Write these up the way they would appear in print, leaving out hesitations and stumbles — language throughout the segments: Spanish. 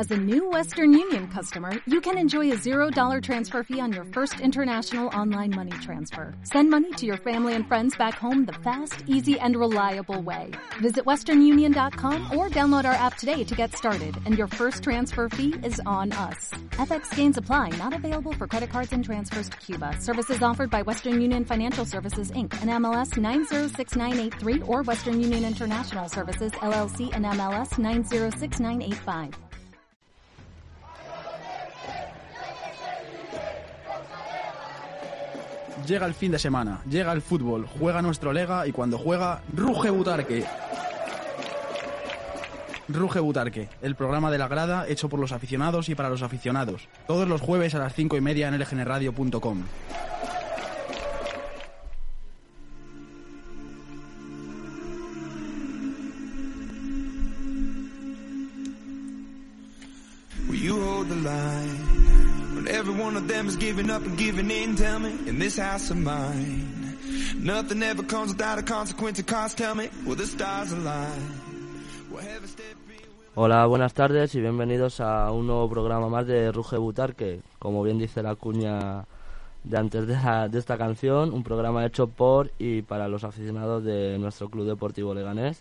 As a new Western Union customer, you can enjoy a $0 transfer fee on your first international online money transfer. Send money to your family and friends back home the fast, easy, and reliable way. Visit westernunion.com or download our app today to get started, and your first transfer fee is on us. FX gains apply, not available for credit cards and transfers to Cuba. Services offered by Western Union Financial Services, Inc., and MLS 906983, or Western Union International Services, LLC, and MLS 906985. Llega el fin de semana, llega el fútbol, juega nuestro Lega y cuando juega, ruge Butarque. Ruge Butarque, el programa de la grada hecho por los aficionados y para los aficionados. Todos los jueves a las 5:30 en lgnradio.com. You hold the line when every one of them is giving up and giving in. Tell me, in this house of mine, nothing ever comes without a consequence of cost. Tell me, will the stars align? Hola, buenas tardes y bienvenidos a un nuevo programa más de Ruge Butarque. Como bien dice la cuña de antes de esta canción, un programa hecho por y para los aficionados de nuestro Club Deportivo Leganés.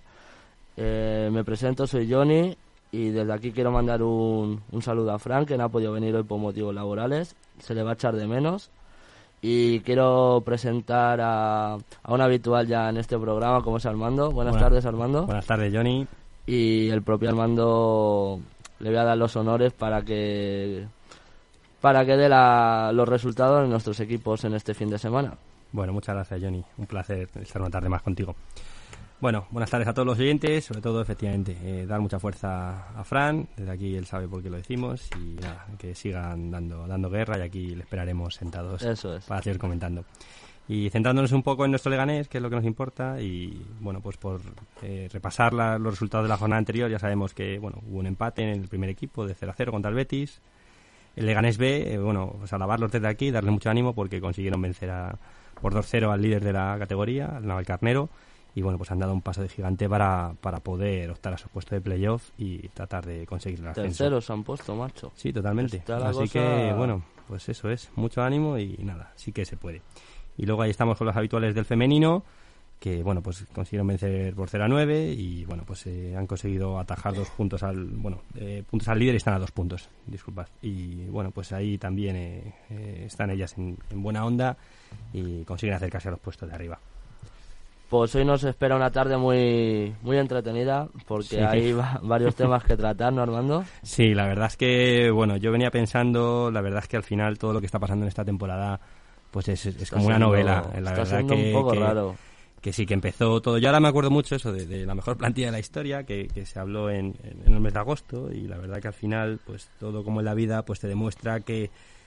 Me presento, soy Johnny. Y desde aquí quiero mandar un saludo a Fran, que no ha podido venir hoy por motivos laborales. Se le va a echar de menos. Y quiero presentar a un habitual ya en este programa, como es Armando. Buenas tardes, Armando. Buenas tardes, Johnny. Y el propio Armando le voy a dar los honores para que dé los resultados de nuestros equipos en este fin de semana. Bueno, muchas gracias, Johnny. Un placer estar una tarde más contigo. Bueno, buenas tardes a todos los oyentes, sobre todo, efectivamente, dar mucha fuerza a Fran, desde aquí él sabe por qué lo decimos, y nada, que sigan dando guerra, y aquí le esperaremos sentados. Eso es. Para seguir comentando. Y centrándonos un poco en nuestro Leganés, que es lo que nos importa, y bueno, pues por repasar los resultados de la jornada anterior, ya sabemos que bueno, hubo un empate en el primer equipo de 0-0 contra el Betis. El Leganés B, bueno, pues alabarlos desde aquí, darle mucho ánimo porque consiguieron vencer por 2-0 al líder de la categoría, al Navalcarnero. Y bueno, pues han dado un paso de gigante para poder optar a su puesto de playoff y tratar de conseguir el ascenso. Terceros han puesto, macho. Sí, totalmente. Así que, bueno, pues eso es. Mucho ánimo y nada, sí que se puede. Y luego ahí estamos con los habituales del femenino, que bueno, pues consiguieron vencer por 0-9 y bueno, pues han conseguido atajar 2 puntos puntos al líder y están a 2 puntos, disculpad. Y bueno, pues ahí también están ellas en buena onda y consiguen acercarse a los puestos de arriba. Pues hoy nos espera una tarde muy muy entretenida porque sí, hay varios temas que tratar, ¿no, Armando? Sí, la verdad es que, bueno, yo venía pensando, la verdad es que al final todo lo que está pasando en esta temporada pues es como una novela. La verdad que un poco raro. Que sí, que empezó todo. Yo ahora me acuerdo mucho eso de la mejor plantilla de la historia, que se habló en el mes de agosto, y la verdad que al final, pues todo como en la vida, pues te demuestra que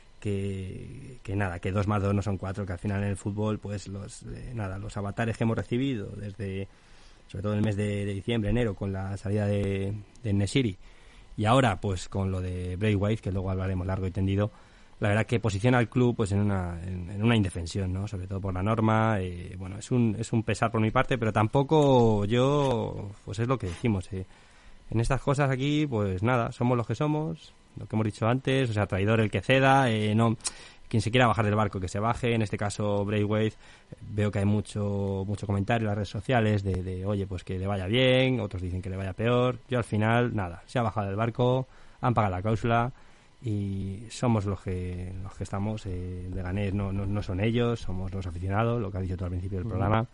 nada, que 2 más 2 no son 4, que al final en el fútbol pues los avatares que hemos recibido desde, sobre todo en el mes de diciembre, enero, con la salida de Nesiri, y ahora pues con lo de Braithwaite, que luego hablaremos largo y tendido, la verdad que posiciona al club pues en una indefensión, ¿no? Sobre todo por la norma. Bueno, es un pesar por mi parte, pero tampoco yo, pues es lo que decimos, en estas cosas aquí, pues nada, somos los que somos, lo que hemos dicho antes, o sea, traidor el que ceda, no, quien se quiera bajar del barco que se baje. En este caso Braithwaite, veo que hay mucho comentario en las redes sociales de oye, pues que le vaya bien, otros dicen que le vaya peor. Yo al final, nada, se ha bajado del barco, han pagado la cláusula y somos los que estamos. Leganés no son ellos, somos los aficionados, lo que has dicho tú al principio del programa.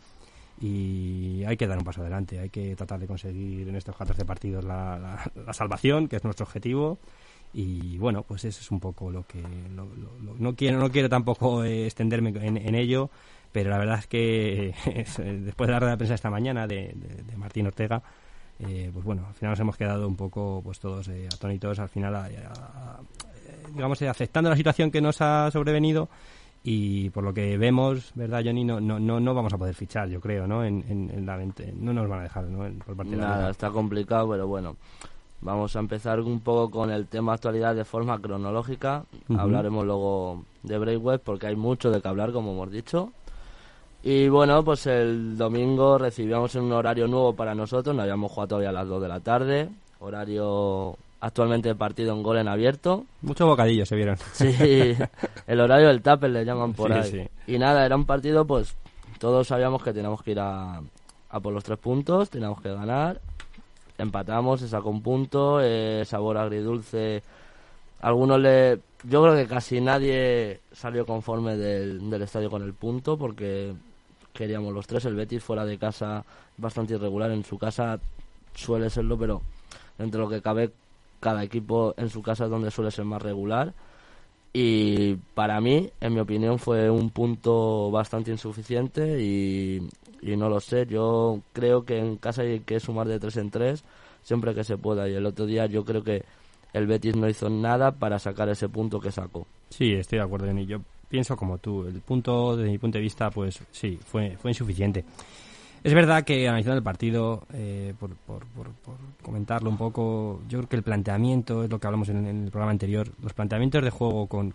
Y hay que dar un paso adelante, hay que tratar de conseguir en estos 14 partidos la salvación, que es nuestro objetivo. Y bueno, pues eso es un poco lo que no quiero tampoco extenderme en ello, pero la verdad es que después de la rueda de prensa esta mañana de Martín Ortega, pues bueno, al final nos hemos quedado un poco pues todos atónitos, al final digamos aceptando la situación que nos ha sobrevenido. Y por lo que vemos, ¿verdad, Johnny? No vamos a poder fichar, yo creo, ¿no? En la mente, no nos van a dejar, ¿no? Por parte de la liga. Está complicado, pero bueno. Vamos a empezar un poco con el tema actualidad de forma cronológica. Hablaremos luego de Braithwaite porque hay mucho de qué hablar, como hemos dicho. Y bueno, pues el domingo recibíamos un horario nuevo para nosotros. No habíamos jugado todavía a las 2 de la tarde. Horario Actualmente partido en gol en abierto. Muchos bocadillos se vieron. Sí, el horario del tupper le llaman por ahí. Sí. Y nada, era un partido, pues todos sabíamos que teníamos que ir a por los 3 puntos, teníamos que ganar. Empatamos, se sacó un punto, sabor agridulce. Yo creo que casi nadie salió conforme del estadio con el punto, porque queríamos los 3. El Betis fuera de casa bastante irregular, en su casa suele serlo, pero entre lo que cabe, cada equipo en su casa es donde suele ser más regular. Y para mí, en mi opinión, fue un punto bastante insuficiente y no lo sé. Yo creo que en casa hay que sumar de 3 en 3 siempre que se pueda. Y el otro día yo creo que el Betis no hizo nada para sacar ese punto que sacó. Sí, estoy de acuerdo, Denis. Yo pienso como tú. El punto, desde mi punto de vista, pues sí, fue insuficiente. Es verdad que analizando el partido, por comentarlo un poco, yo creo que el planteamiento, es lo que hablamos en el programa anterior, los planteamientos de juego con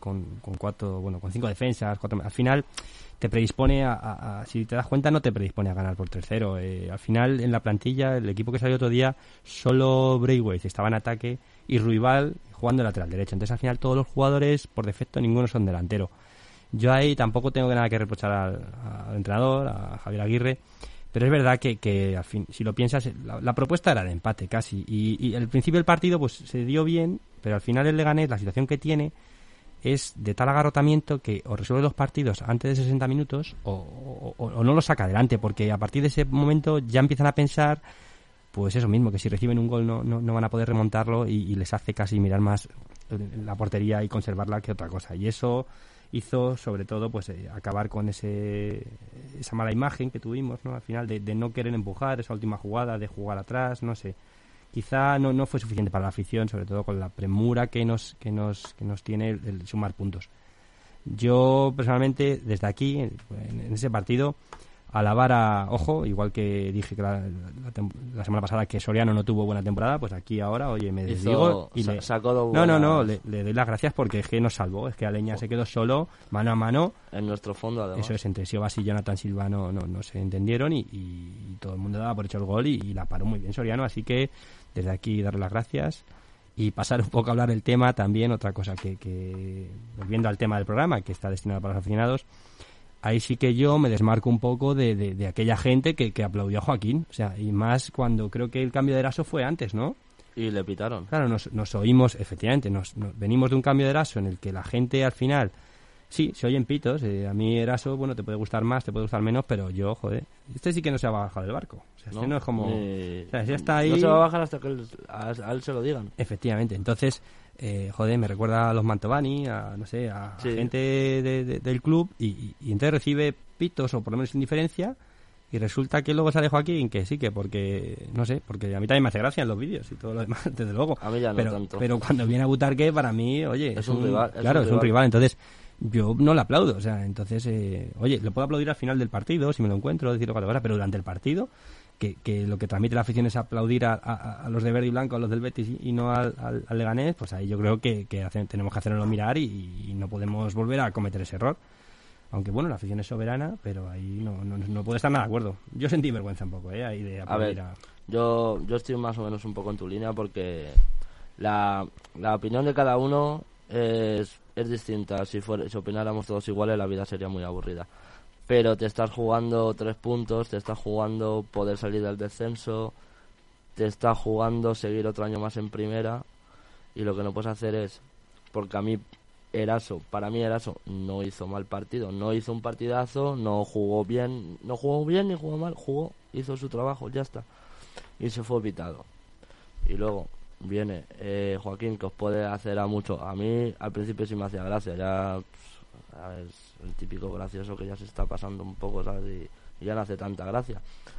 5 defensas, al final te predispone si te das cuenta, no te predispone a ganar por 3-0. Al final, en la plantilla, el equipo que salió otro día, solo Braithwaite estaba en ataque y Ruibal jugando de lateral derecho. Entonces, al final, todos los jugadores, por defecto, ninguno son delantero. Yo ahí tampoco tengo nada que reprochar al entrenador, a Javier Aguirre. Pero es verdad que al fin, si lo piensas, la propuesta era de empate casi. Y al principio del partido pues se dio bien, pero al final el Leganés, la situación que tiene es de tal agarrotamiento que o resuelve los partidos antes de 60 minutos o no los saca adelante, porque a partir de ese momento ya empiezan a pensar, pues eso mismo, que si reciben un gol no van a poder remontarlo y les hace casi mirar más la portería y conservarla que otra cosa. Y eso hizo sobre todo pues acabar con esa mala imagen que tuvimos, ¿no? Al final de no querer empujar esa última jugada, de jugar atrás, no sé. Quizá no fue suficiente para la afición, sobre todo con la premura que nos tiene el sumar puntos. Yo personalmente desde aquí en ese partido alabar ojo, igual que dije que la semana pasada que Soriano no tuvo buena temporada, pues aquí ahora, oye, me desdigo y sacó le doy las gracias porque es que nos salvó, es que Aleña se quedó solo, mano a mano. En nuestro fondo, además. Eso es, entre Siobas y Jonathan Silva no se entendieron y todo el mundo daba por hecho el gol y la paró muy bien Soriano, así que desde aquí darle las gracias y pasar un poco a hablar del tema también, otra cosa que volviendo al tema del programa, que está destinado para los aficionados. Ahí sí que yo me desmarco un poco de aquella gente que aplaudió a Joaquín. O sea, y más cuando creo que el cambio de Eraso fue antes, ¿no? Y le pitaron. Claro, nos oímos, efectivamente, venimos de un cambio de Eraso en el que la gente al final, sí, se oyen pitos. A mí Eraso, bueno, te puede gustar más, te puede gustar menos, pero yo, joder, este sí que no se va a bajar del barco. O sea, este no es como... O sea, ya está ahí... No se va a bajar hasta que a él se lo digan. Efectivamente, entonces... me recuerda a los Mantovani, a gente del club y entonces recibe pitos o por lo menos indiferencia y resulta que luego sale Joaquín que sí, que porque no sé, porque a mí también me hace gracia en los vídeos y todo lo demás, desde luego. A mí ya no tanto. Pero cuando viene a Butarque, para mí, oye, es un rival. Claro, es un rival, entonces yo no le aplaudo, o sea, entonces, oye, le puedo aplaudir al final del partido, si me lo encuentro, decirlo cuando cosa, pero durante el partido... Que lo que transmite la afición es aplaudir a los de verde y blanco, a los del Betis y no al Leganés, pues ahí yo creo que tenemos que hacerlo mirar y no podemos volver a cometer ese error. Aunque bueno, la afición es soberana, pero ahí no puedo estar nada de acuerdo. Yo sentí vergüenza un poco, ahí de aplaudir yo estoy más o menos un poco en tu línea porque la opinión de cada uno es distinta. Si opináramos todos iguales, la vida sería muy aburrida. Pero te estás jugando 3 puntos, te estás jugando poder salir del descenso, te estás jugando seguir otro año más en primera y lo que no puedes hacer es, porque para mí Eraso no hizo mal partido, no hizo un partidazo, no jugó bien ni jugó mal, hizo su trabajo, ya está, y se fue pitado. Y luego viene Joaquín, que os puede hacer a mucho, a mí al principio sí me hacía gracia, ya... es el típico gracioso que ya se está pasando un poco, ¿sabes? Y ya no hace tanta gracia.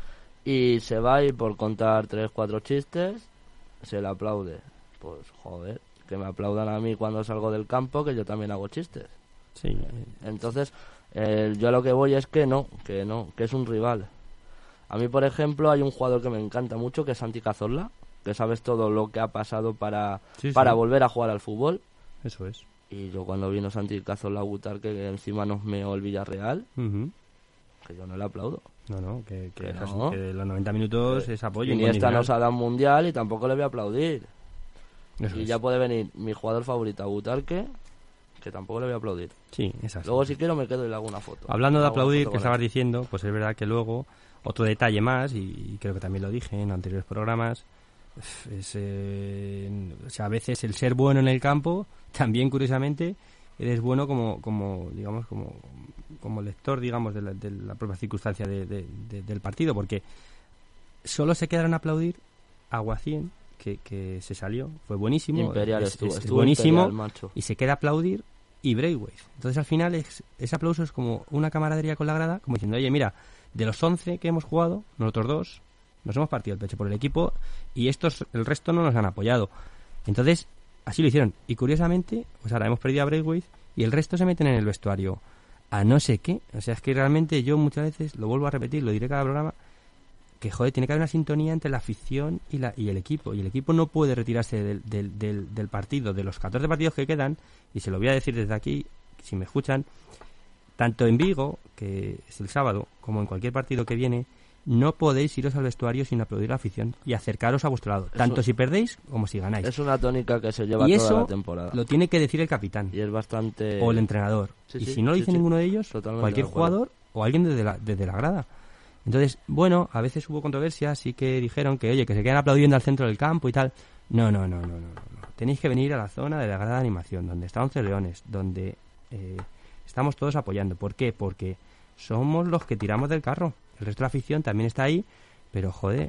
Y se va y por contar 3-4 chistes se le aplaude. Pues joder, que me aplaudan a mí cuando salgo del campo, que yo también hago chistes. Sí. Entonces, yo a lo que voy es que es un rival. A mí, por ejemplo, hay un jugador que me encanta mucho, que es Santi Cazorla, que sabes todo lo que ha pasado para volver a jugar al fútbol. Eso es. Y yo cuando vino Santi Cazorla a Butarque, que encima nos meó el Villarreal, que yo no le aplaudo. Que los 90 minutos es apoyo. Y esta nos ha dado un mundial y tampoco le voy a aplaudir. Eso y es. ya puede venir mi jugador favorito a Butarque, que tampoco le voy a aplaudir. Sí, exacto. Luego, si quiero, me quedo y le hago una foto. Hablando de Le hago una aplaudir, foto que con estabas él. diciendo, pues es verdad que luego, otro detalle más, y creo que también lo dije en anteriores programas, es, o sea, a veces el ser bueno en el campo, también curiosamente, eres bueno como digamos, como lector, digamos, de la propia circunstancia del partido, porque solo se quedaron a aplaudir a Guacien, que se salió, fue buenísimo, Imperial es estuvo buenísimo, Imperial, macho. y se queda a aplaudir y Braithwaite. Entonces al final ese aplauso es como una camaradería con la grada, como diciendo, oye, mira, de los 11 que hemos jugado, nosotros 2 nos hemos partido el pecho por el equipo y el resto no nos han apoyado. Entonces así lo hicieron. Y curiosamente, pues ahora hemos perdido a Braithwaite y el resto se meten en el vestuario a no sé qué. O sea, es que realmente yo muchas veces, lo vuelvo a repetir, lo diré cada programa, que joder, tiene que haber una sintonía entre la afición y el equipo. Y el equipo no puede retirarse del partido, de los 14 partidos que quedan, y se lo voy a decir desde aquí, si me escuchan, tanto en Vigo, que es el sábado, como en cualquier partido que viene, no podéis iros al vestuario sin aplaudir a la afición y acercaros a vuestro lado, tanto si perdéis como si ganáis. Es una tónica que se lleva Y toda eso la temporada. lo tiene que decir el capitán Y es bastante... o el entrenador. Sí, y sí, si no lo sí, dice sí. ninguno de ellos, Totalmente cualquier de acuerdo. jugador o alguien desde la grada. Entonces, bueno, a veces hubo controversia, sí que dijeron que, oye, que se quedan aplaudiendo al centro del campo y tal. No. Tenéis que venir a la zona de la grada de animación, donde está 11 Leones, donde estamos todos apoyando. ¿Por qué? Porque somos los que tiramos del carro. El resto de la afición también está ahí, pero, joder,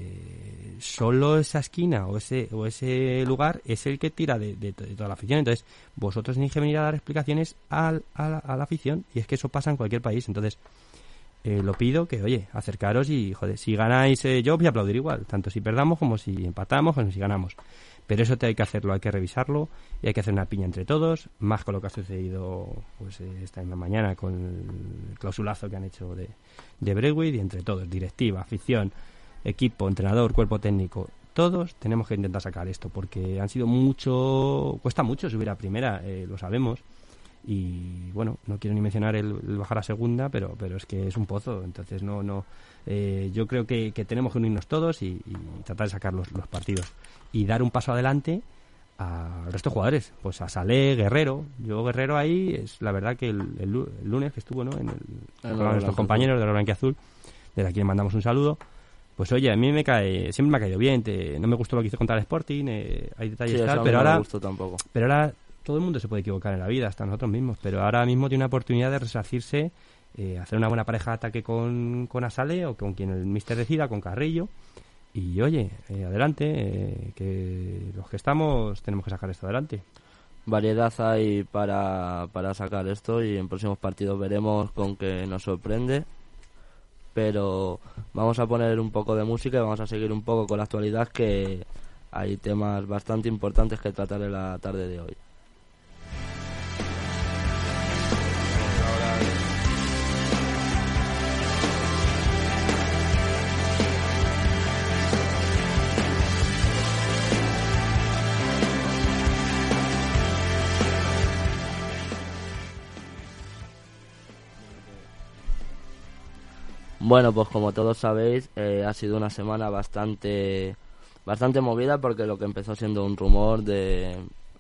solo esa esquina o ese lugar es el que tira de toda la afición. Entonces, vosotros tenéis que venir a dar explicaciones a la afición, y es que eso pasa en cualquier país. Entonces, lo pido que, oye, acercaros y, joder, si ganáis, yo voy a aplaudir igual, tanto si perdamos como si empatamos como si ganamos. Pero eso hay que hacerlo, hay que revisarlo y hay que hacer una piña entre todos, más con lo que ha sucedido pues esta misma mañana con el clausulazo que han hecho de Braithwaite, y entre todos, directiva, afición, equipo, entrenador, cuerpo técnico, todos tenemos que intentar sacar esto, porque han sido cuesta mucho subir a primera, lo sabemos. Y bueno, no quiero ni mencionar el bajar a segunda, pero es que es un pozo. Entonces yo creo que tenemos que unirnos todos y tratar de sacar los partidos y dar un paso adelante al resto de jugadores, pues a Salé, Guerrero. Yo Guerrero ahí es la verdad que el lunes que estuvo, ¿no?, en el programa de nuestros compañeros de la Blanquiazul, desde aquí le mandamos un saludo. Pues oye, a mí siempre me ha caído bien, no me gustó lo que hizo contra el Sporting, hay detalles Sí, tal, eso pero no me ahora gustó tampoco. pero ahora todo el mundo se puede equivocar en la vida, hasta nosotros mismos, pero ahora mismo tiene una oportunidad de resarcirse, hacer una buena pareja de ataque con Asale o con quien el míster decida, con Carrillo. Y oye, adelante, que los que estamos tenemos que sacar esto adelante. Variedad hay para sacar esto, y en próximos partidos veremos con qué nos sorprende. Pero vamos a poner un poco de música y vamos a seguir un poco con la actualidad, que hay temas bastante importantes que tratar en la tarde de hoy. Bueno, pues como todos sabéis, ha sido una semana bastante movida, porque lo que empezó siendo un rumor de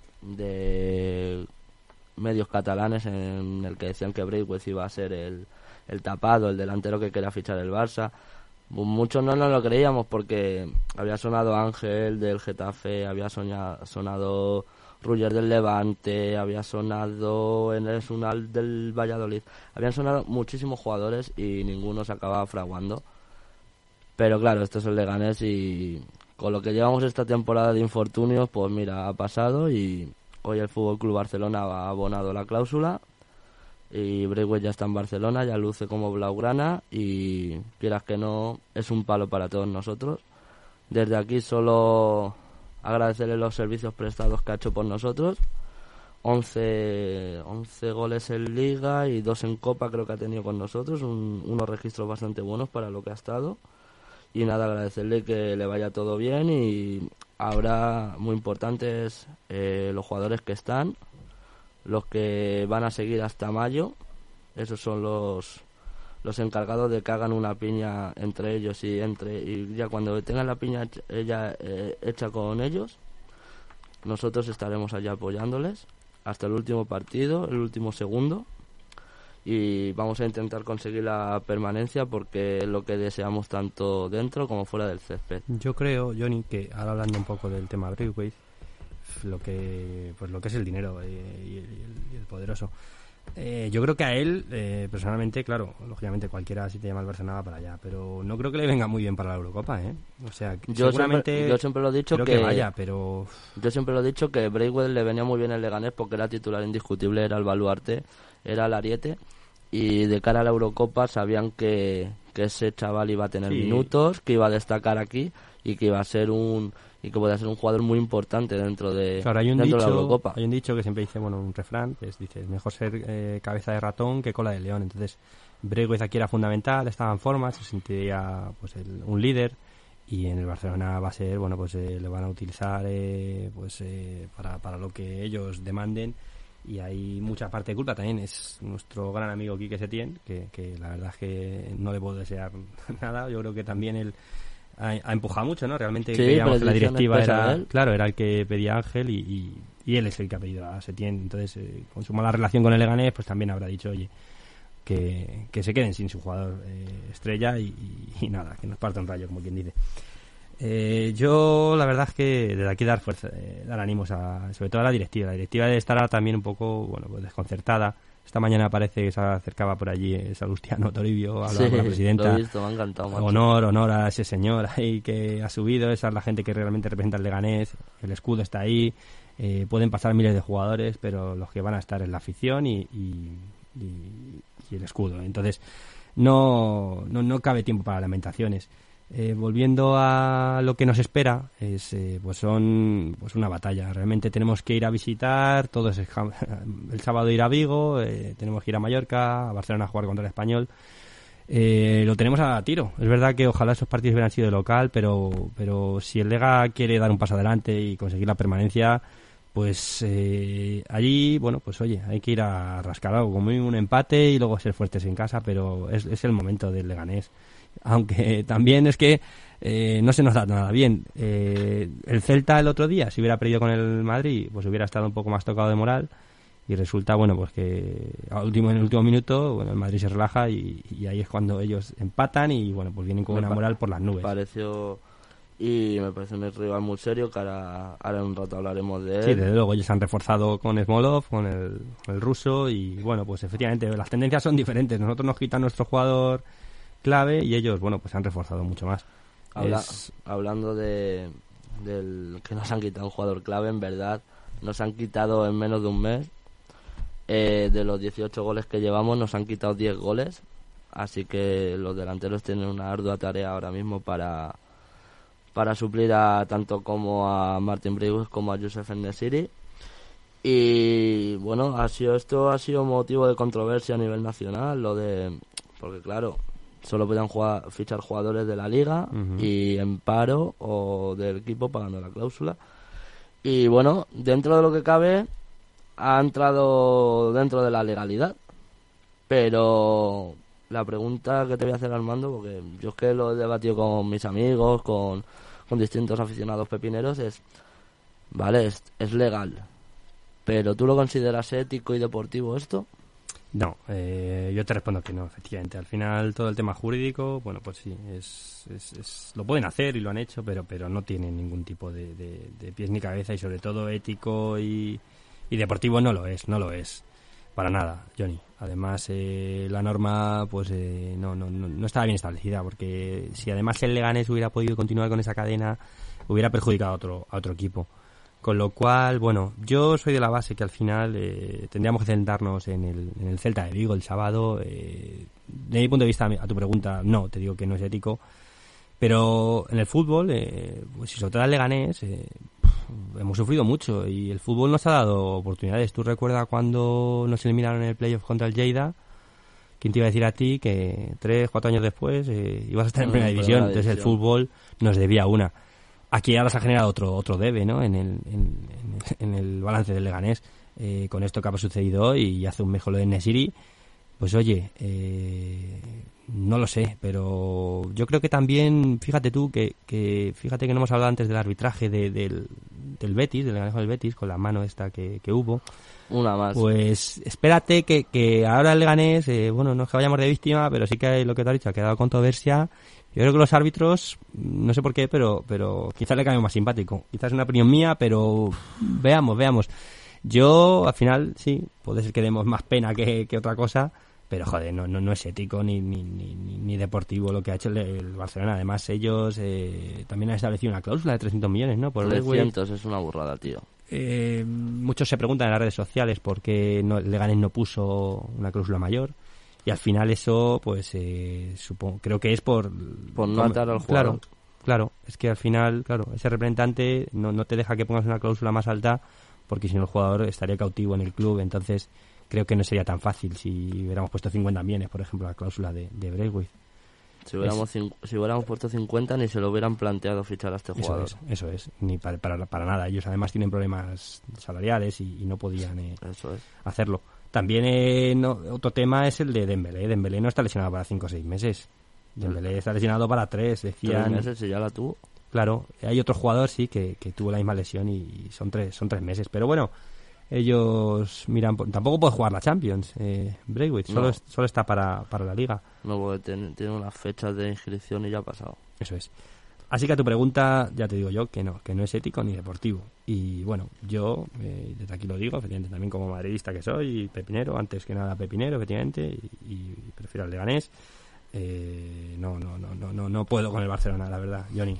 medios catalanes en el que decían que Braithwaite iba a ser el tapado, el delantero que quería fichar el Barça. Muchos no nos lo creíamos, porque había sonado Ángel del Getafe, había sonado Ruller del Levante, había sonado en el Sunal del Valladolid, habían sonado muchísimos jugadores y ninguno se acababa fraguando. Pero claro, esto es el Leganés, y con lo que llevamos esta temporada de infortunios, pues mira, ha pasado, y hoy el FC Barcelona ha abonado la cláusula y Braithwaite ya está en Barcelona, ya luce como blaugrana, y quieras que no, es un palo para todos nosotros. Desde aquí solo agradecerle los servicios prestados que ha hecho por nosotros. 11 goles en Liga y 2 en Copa creo que ha tenido con nosotros, unos registros bastante buenos para lo que ha estado. Y nada, agradecerle que le vaya todo bien, y ahora muy importantes los jugadores que están, los que van a seguir hasta mayo. Esos son los encargados de que hagan una piña entre ellos, y ya cuando tengan la piña hecha con ellos, nosotros estaremos allá apoyándoles hasta el último partido, el último segundo, y vamos a intentar conseguir la permanencia porque es lo que deseamos tanto dentro como fuera del césped. Yo creo, Johnny, que ahora hablando un poco del tema Braithwaite, lo que es el dinero y el poderoso. Yo creo que a él, personalmente, claro, lógicamente cualquiera si te llama el Barcelona va para allá, pero no creo que le venga muy bien para la Eurocopa, ¿eh? O sea, seguramente yo siempre lo he dicho que vaya, pero yo siempre lo he dicho que Braithwaite le venía muy bien el Leganés porque era titular indiscutible, era el baluarte, era el ariete, y de cara a la Eurocopa sabían que ese chaval iba a tener minutos, que iba a destacar aquí y que iba a ser y que podía ser un jugador muy importante dentro de, claro, de la Eurocopa. Hay un dicho que siempre dice, bueno, un refrán, que dice, mejor ser cabeza de ratón que cola de león. Entonces, Braithwaite aquí era fundamental, estaba en forma, se sentía pues un líder, y en el Barcelona va a ser, bueno, pues le van a utilizar para lo que ellos demanden, y hay mucha parte de culpa. También es nuestro gran amigo Quique Setién, que la verdad es que no le puedo desear nada. Yo creo que también él ha empujado mucho, ¿no? Realmente creíamos que la directiva era el que pedía Ángel, y él es el que ha pedido a Setién. Entonces, con su mala relación con el Leganés, pues también habrá dicho, oye, que se queden sin su jugador estrella y nada, que nos parta un rayo, como quien dice. Yo la verdad es que desde aquí dar fuerza, dar ánimos sobre todo a la directiva. La directiva debe estar también un poco, bueno, pues desconcertada. Esta mañana parece que se acercaba por allí Salustiano Toribio, hablaba con la presidenta. Lo he visto, me ha encantado, macho. Honor a ese señor ahí que ha subido. Esa es la gente que realmente representa el Leganés. El escudo está ahí. Pueden pasar miles de jugadores, pero los que van a estar es la afición y el escudo. Entonces no cabe tiempo para lamentaciones. Volviendo a lo que nos espera, es una batalla. Realmente tenemos que ir a visitar, el sábado ir a Vigo, tenemos que ir a Mallorca, a Barcelona a jugar contra el Español. Lo tenemos a tiro. Es verdad que ojalá esos partidos hubieran sido de local, pero si el Lega quiere dar un paso adelante y conseguir la permanencia, pues allí, bueno, pues oye, hay que ir a rascar algo, como un empate y luego ser fuertes en casa, pero es el momento del Leganés. Aunque también es que no se nos da nada bien. El Celta el otro día, si hubiera perdido con el Madrid, pues hubiera estado un poco más tocado de moral, y resulta, bueno, pues que en el último minuto, bueno, el Madrid se relaja y ahí es cuando ellos empatan y, bueno, pues vienen con una moral por las nubes. Me parece un rival muy serio, que ahora en un rato hablaremos de él. Sí, desde luego ellos han reforzado con Smolov, con el ruso, y bueno, pues efectivamente las tendencias son diferentes. Nosotros nos quitan nuestro jugador clave y ellos, bueno, pues han reforzado mucho más. Hablando del que nos han quitado un jugador clave, en verdad nos han quitado en menos de un mes, de los 18 goles que llevamos nos han quitado 10 goles, así que los delanteros tienen una ardua tarea ahora mismo para suplir tanto como a Martin Braithwaite como a Youssef En-Nesyri. Y bueno, ha sido motivo de controversia a nivel nacional, porque claro, solo podían fichar jugadores de la liga y en paro o del equipo pagando la cláusula. Y bueno, dentro de lo que cabe, ha entrado dentro de la legalidad. Pero la pregunta que te voy a hacer, Armando, porque yo es que lo he debatido con mis amigos, con distintos aficionados pepineros, vale, es legal, pero ¿tú lo consideras ético y deportivo esto? No, yo te respondo que no, efectivamente. Al final todo el tema jurídico, bueno, pues sí, lo pueden hacer y lo han hecho, pero no tienen ningún tipo de pies ni cabeza, y sobre todo ético y deportivo no lo es, para nada, Johnny. Además, la norma pues no estaba bien establecida, porque si además el Leganés hubiera podido continuar con esa cadena, hubiera perjudicado a otro equipo. Con lo cual, bueno, yo soy de la base que al final tendríamos que centrarnos en el Celta de Vigo el sábado. De mi punto de vista, a tu pregunta, no, te digo que no es ético. Pero en el fútbol, pues si sobre todo el Leganés, hemos sufrido mucho y el fútbol nos ha dado oportunidades. ¿Tú recuerdas cuando nos eliminaron en el playoff contra el Lleida? ¿Quién te iba a decir a ti que 3-4 años después ibas a estar en primera división? Entonces el fútbol nos debía una. Aquí ahora se ha generado otro debe, ¿no? En el balance del Leganés, con esto que ha sucedido hoy, y hace un mes lo de En-Nesyri, pues oye, no lo sé, pero yo creo que también, fíjate tú, fíjate que no hemos hablado antes del arbitraje del Betis, del manejo del Betis, con la mano esta que hubo. Una más. Pues espérate que ahora el Leganés, bueno, no es que vayamos de víctima, pero sí que lo que te has dicho, ha quedado controversia. Yo creo que los árbitros, no sé por qué, pero quizás le cambie más simpático. Quizás es una opinión mía, pero veamos. Yo, al final, sí, puede ser que demos más pena que otra cosa, pero joder, no es ético ni deportivo lo que ha hecho el Barcelona. Además, ellos también han establecido una cláusula de 300 millones, ¿no? Por 300 es una burrada, tío. Muchos se preguntan en las redes sociales por qué el Leganés no puso una cláusula mayor. Y al final eso, pues, creo que es por no atar al jugador. Claro, es que al final, claro, ese representante no te deja que pongas una cláusula más alta, porque si no el jugador estaría cautivo en el club. Entonces creo que no sería tan fácil si hubiéramos puesto 50 millones, por ejemplo, la cláusula de Braithwaite. Si hubiéramos puesto 50 ni se lo hubieran planteado fichar a este jugador. Eso es, ni para nada. Ellos además tienen problemas salariales y no podían hacerlo. También otro tema es el de Dembélé. Dembélé no está lesionado para 5 o 6 meses. Dembélé está lesionado para 3, decían. 3 meses y ya la tuvo. Claro, hay otro jugador, sí, que tuvo la misma lesión y son 3 meses. Pero bueno, ellos miran, tampoco puede jugar la Champions, Braithwaite, solo está para la Liga. No, porque tiene unas fechas de inscripción y ya ha pasado. Eso es. Así que a tu pregunta, ya te digo yo que no es ético ni deportivo. Y bueno, yo desde aquí lo digo, efectivamente, también como madridista que soy, y pepinero, antes que nada pepinero, efectivamente, y prefiero al Leganés. No puedo con el Barcelona, la verdad, Johnny.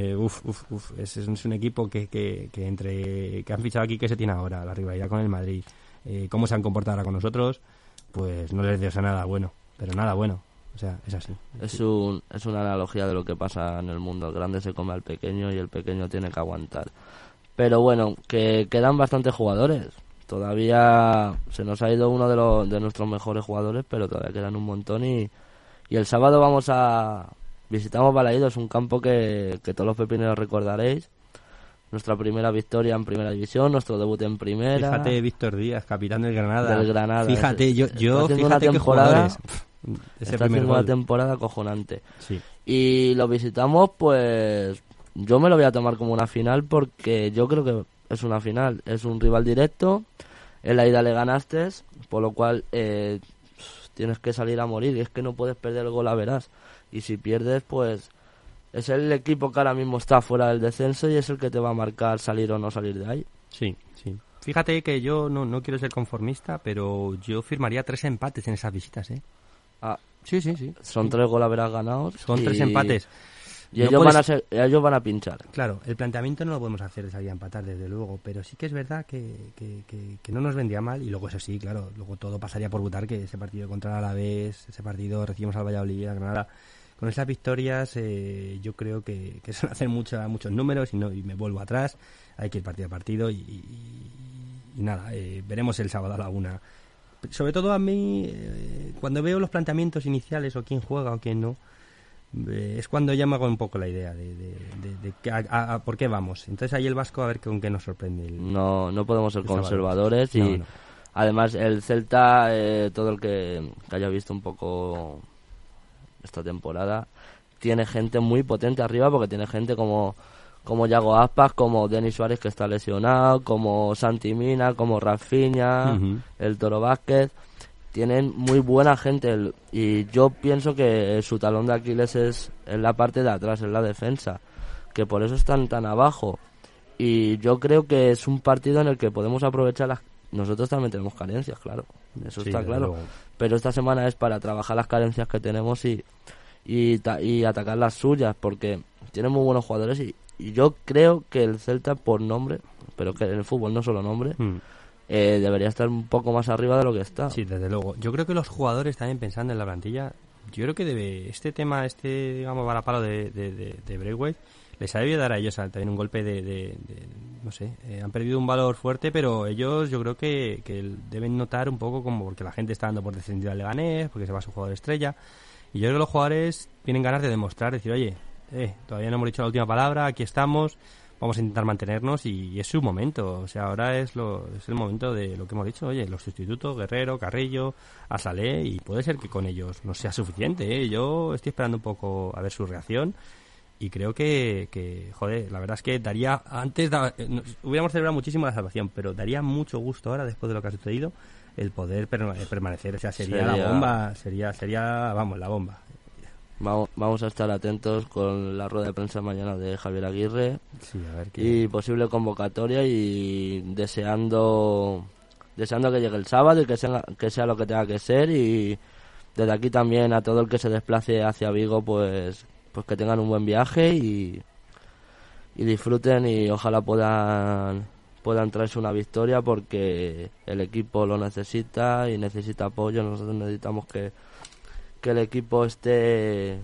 Es un equipo que entre que han fichado aquí, que se tiene ahora, la rivalidad con el Madrid, cómo se han comportado ahora con nosotros, pues no les deseo nada bueno, pero nada bueno. O sea, es así. Es una analogía de lo que pasa en el mundo. El grande se come al pequeño y el pequeño tiene que aguantar. Pero bueno, que quedan bastantes jugadores. Todavía se nos ha ido uno de nuestros mejores jugadores, pero todavía quedan un montón y el sábado visitamos Balaído. Es un campo que todos los pepineros recordaréis. Nuestra primera victoria en primera división, nuestro debut en primera. Fíjate, Víctor Díaz, capitán del Granada. Fíjate, fíjate qué jugadores. Está haciendo una temporada acojonante. Sí. Y lo visitamos, pues yo me lo voy a tomar como una final, porque yo creo que es una final. Es un rival directo. En la ida le ganaste, por lo cual tienes que salir a morir. Y es que no puedes perder el gol a verás. Y si pierdes, pues es el equipo que ahora mismo está fuera del descenso y es el que te va a marcar salir o no salir de ahí. Sí. Fíjate que yo no quiero ser conformista, pero yo firmaría 3 empates en esas visitas, ¿eh? Sí. Son 3 goles habrás ganados. Son 3 empates. Y ellos van a pinchar. Claro, el planteamiento no lo podemos hacer de salir a empatar, desde luego, pero sí que es verdad que no nos vendría mal. Y luego, eso sí, claro, luego todo pasaría por Butarque. Ese partido contra el Alavés, ese partido recibimos al Valladolid, a Granada. Con esas victorias yo creo que son hacer muchos números y me vuelvo atrás. Hay que ir partido a partido y nada, veremos el sábado a la 1. Sobre todo a mí, cuando veo los planteamientos iniciales o quién juega o quién no, es cuando ya me hago un poco la idea de por qué vamos. Entonces ahí el Vasco a ver con qué nos sorprende. No podemos ser conservadores y además el Celta, todo el que haya visto un poco esta temporada, tiene gente muy potente arriba, porque tiene gente como Yago Aspas, como Denis Suárez, que está lesionado, como Santi Mina, como Rafinha, el Toro Vázquez. Tienen muy buena gente y yo pienso que su talón de Aquiles es en la parte de atrás, en la defensa, que por eso están tan abajo. Y yo creo que es un partido en el que podemos aprovechar nosotros también tenemos carencias, claro, eso sí, está claro, luego. Pero esta semana es para trabajar las carencias que tenemos y atacar las suyas, porque tienen muy buenos jugadores y yo creo que el Celta, por nombre, pero que en el fútbol no solo nombre, debería estar un poco más arriba de lo que está. Sí, desde luego. Yo creo que los jugadores también, pensando en la plantilla, yo creo que este tema, digamos, varapalo de Braithwaite, les ha debido dar a ellos también un golpe no sé, han perdido un valor fuerte, pero ellos yo creo que deben notar un poco como, porque la gente está dando por descendido al Leganés, porque se va su jugador estrella, y yo creo que los jugadores tienen ganas de demostrar, decir, oye, todavía no hemos dicho la última palabra, aquí estamos, vamos a intentar mantenernos y es su momento. O sea, ahora es el momento de lo que hemos dicho. Oye, los sustitutos, Guerrero, Carrillo, Asalé, y puede ser que con ellos no sea suficiente, ¿eh? Yo estoy esperando un poco a ver su reacción y creo que joder, la verdad es que hubiéramos celebrado muchísimo la salvación, pero daría mucho gusto ahora, después de lo que ha sucedido, el poder permanecer. O sea, sería la bomba, sería vamos, la bomba. Vamos a estar atentos con la rueda de prensa mañana de Javier Aguirre, sí, a ver y posible convocatoria, y deseando que llegue el sábado y que sea lo que tenga que ser. Y desde aquí también a todo el que se desplace hacia Vigo, pues que tengan un buen viaje y disfruten, y ojalá puedan traerse una victoria, porque el equipo lo necesita y necesita apoyo. Nosotros necesitamos que el equipo esté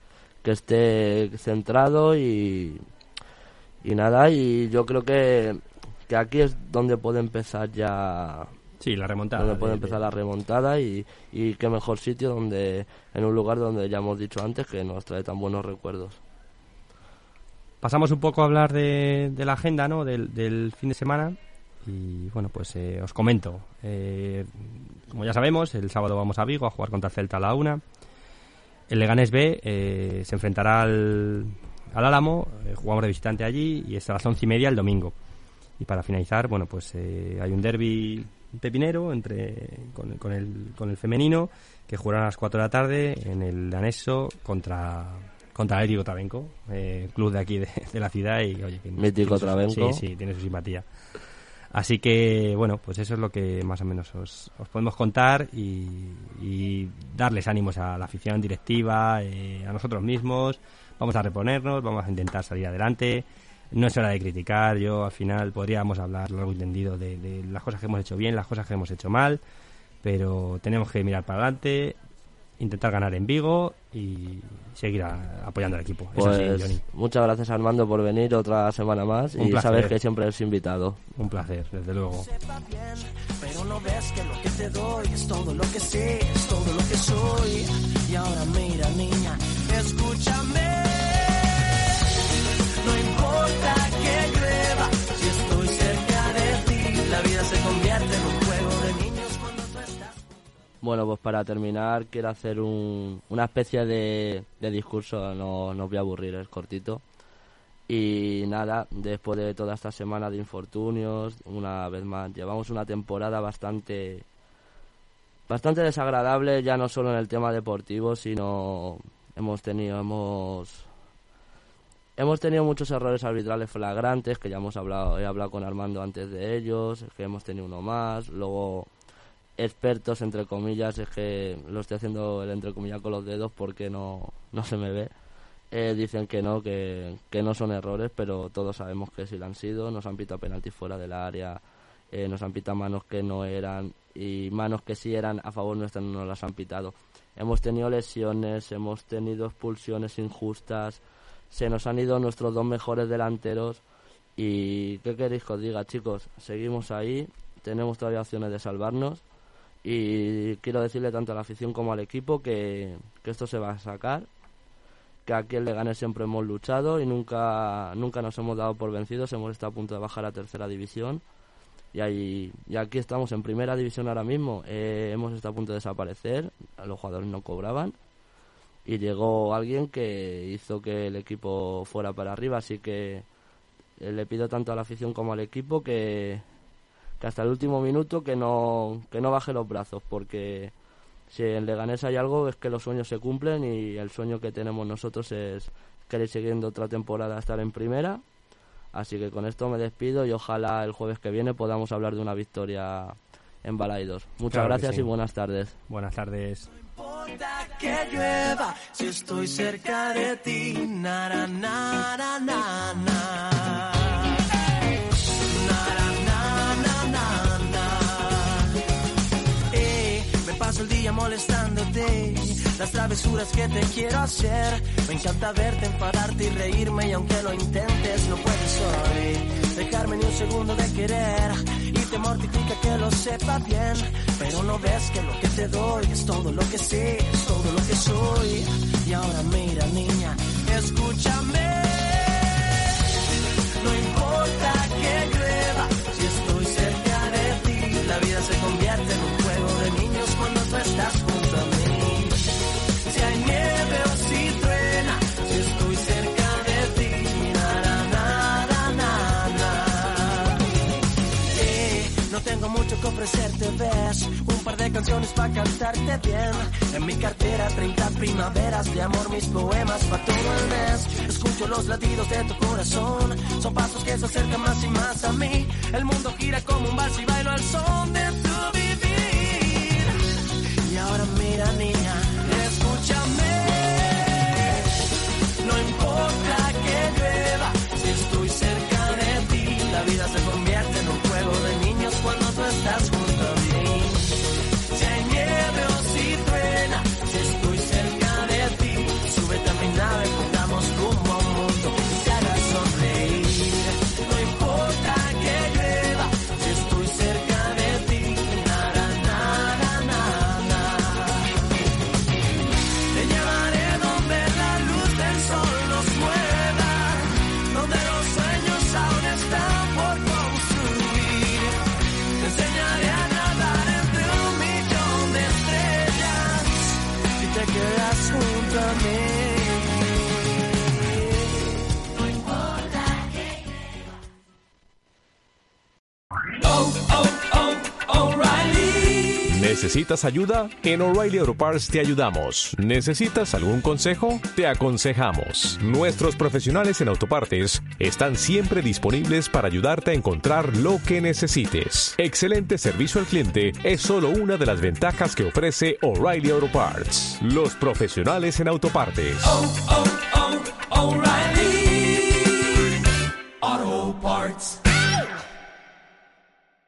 centrado y nada, y yo creo que aquí es donde puede empezar ya. Sí, la remontada. Donde puede empezar la remontada, y qué mejor sitio en un lugar donde ya hemos dicho antes que nos trae tan buenos recuerdos. Pasamos un poco a hablar de la agenda, ¿no? Del fin de semana. Y bueno, pues os comento. Como ya sabemos, el sábado vamos a Vigo a jugar contra el Celta a la 1. El Leganés B se enfrentará al Álamo. Jugamos de visitante allí y es a las 11:30 el domingo. Y para finalizar, bueno, pues hay un derbi pepinero con el femenino, que jugarán a las 4 de la tarde en el anexo contra el Atlético Trabenco, club de aquí de la ciudad, y oye, mítico Trabenco. Sí, tiene su simpatía. Así que bueno, pues eso es lo que más o menos os podemos contar, y darles ánimos a la afición directiva, a nosotros mismos. Vamos a reponernos, vamos a intentar salir adelante. No es hora de criticar. Yo al final podríamos hablar largo y tendido de las cosas que hemos hecho bien, las cosas que hemos hecho mal, pero tenemos que mirar para adelante, intentar ganar en Vigo y seguir apoyando al equipo. Pues eso sí, Johnny. Muchas gracias, Armando, por venir otra semana más. Un y placer. Sabes que siempre eres invitado. Un placer, desde luego. Pero no ves que lo que te doy es todo lo que sé, es todo lo que soy. Y ahora mira, niña, escúchame. No importa que llueva, si estoy cerca de ti, la vida se convierte en un juego de niños cuando tú estás. Bueno, pues para terminar quiero hacer una especie de discurso. No os voy a aburrir, es cortito. Y nada, después de toda esta semana de infortunios, una vez más, llevamos una temporada bastante desagradable, ya no solo en el tema deportivo, sino hemos tenido muchos errores arbitrales flagrantes, que ya he hablado con Armando antes de ellos, es que hemos tenido uno más. Luego, expertos, entre comillas, es que lo estoy haciendo el entre comillas con los dedos porque no se me ve. Dicen que no son errores, pero todos sabemos que sí lo han sido. Nos han pitado penaltis fuera del área, nos han pitado manos que no eran, y manos que sí eran a favor nuestra no nos las han pitado. Hemos tenido lesiones, hemos tenido expulsiones injustas, se nos han ido nuestros dos mejores delanteros. Y ¿qué queréis que os diga, chicos? Seguimos ahí, tenemos todavía opciones de salvarnos, y quiero decirle tanto a la afición como al equipo que esto se va a sacar, que aquí en Leganés siempre hemos luchado y nunca nos hemos dado por vencidos. Hemos estado a punto de bajar a tercera división y aquí estamos en primera división ahora mismo. Hemos estado a punto de desaparecer, los jugadores no cobraban y llegó alguien que hizo que el equipo fuera para arriba, así que le pido tanto a la afición como al equipo que hasta el último minuto que no baje los brazos, porque si en Leganés hay algo es que los sueños se cumplen, y el sueño que tenemos nosotros es querer siguiendo otra temporada estar en primera. Así que con esto me despido y ojalá el jueves que viene podamos hablar de una victoria en Balaidos. Muchas Claro gracias que sí. Y buenas tardes. Buenas tardes. No importa que llueva, si estoy cerca de ti, na na na na na na. Paso el día molestándote, las travesuras que te quiero hacer. Me encanta verte, enfadarte y reírme, y aunque lo intentes no puedes hoy dejarme ni un segundo de querer. Y te mortifica que lo sepa bien, pero no ves que lo que te doy es todo lo que sé, es todo lo que soy. Y ahora mira, niña, escúchame. No importa que llueva, si estoy cerca de ti. La vida se convierte en un juego de niños cuando tú estás junto a mí. Si hay nieve o si truena, si estoy cerca de ti. No tengo mucho que ofrecerte, ves, un par de canciones para cantarte bien. En mi cartera 30 primaveras de amor, mis poemas para todo el mes. Escucho los latidos de tu corazón, son pasos que se acercan más y más a mí. El mundo gira como un vals y bailo al son de tu vivir. Y ahora mira, niña, escúchame. No importa que llueva, si estoy cerca de ti. La vida se convierte en un juego de niños cuando tú estás junto a mí. Si hay nieve o si truena, si estoy cerca de ti. Súbete a mi nave, pongamos rumbo a un mundo que te haga sonreír. No importa que llueva, si estoy cerca de ti. Te llevaré donde la luz del sol nos mueva, donde los sueños aún están por construir. Te enseñaré a nadar entre un millón de estrellas y te quedas junto a mí. No importa que ¿Necesitas ayuda? En O'Reilly Auto Parts te ayudamos. ¿Necesitas algún consejo? Te aconsejamos. Nuestros profesionales en autopartes están siempre disponibles para ayudarte a encontrar lo que necesites. Excelente servicio al cliente es solo una de las ventajas que ofrece O'Reilly Auto Parts. Los profesionales en autopartes. O'Reilly.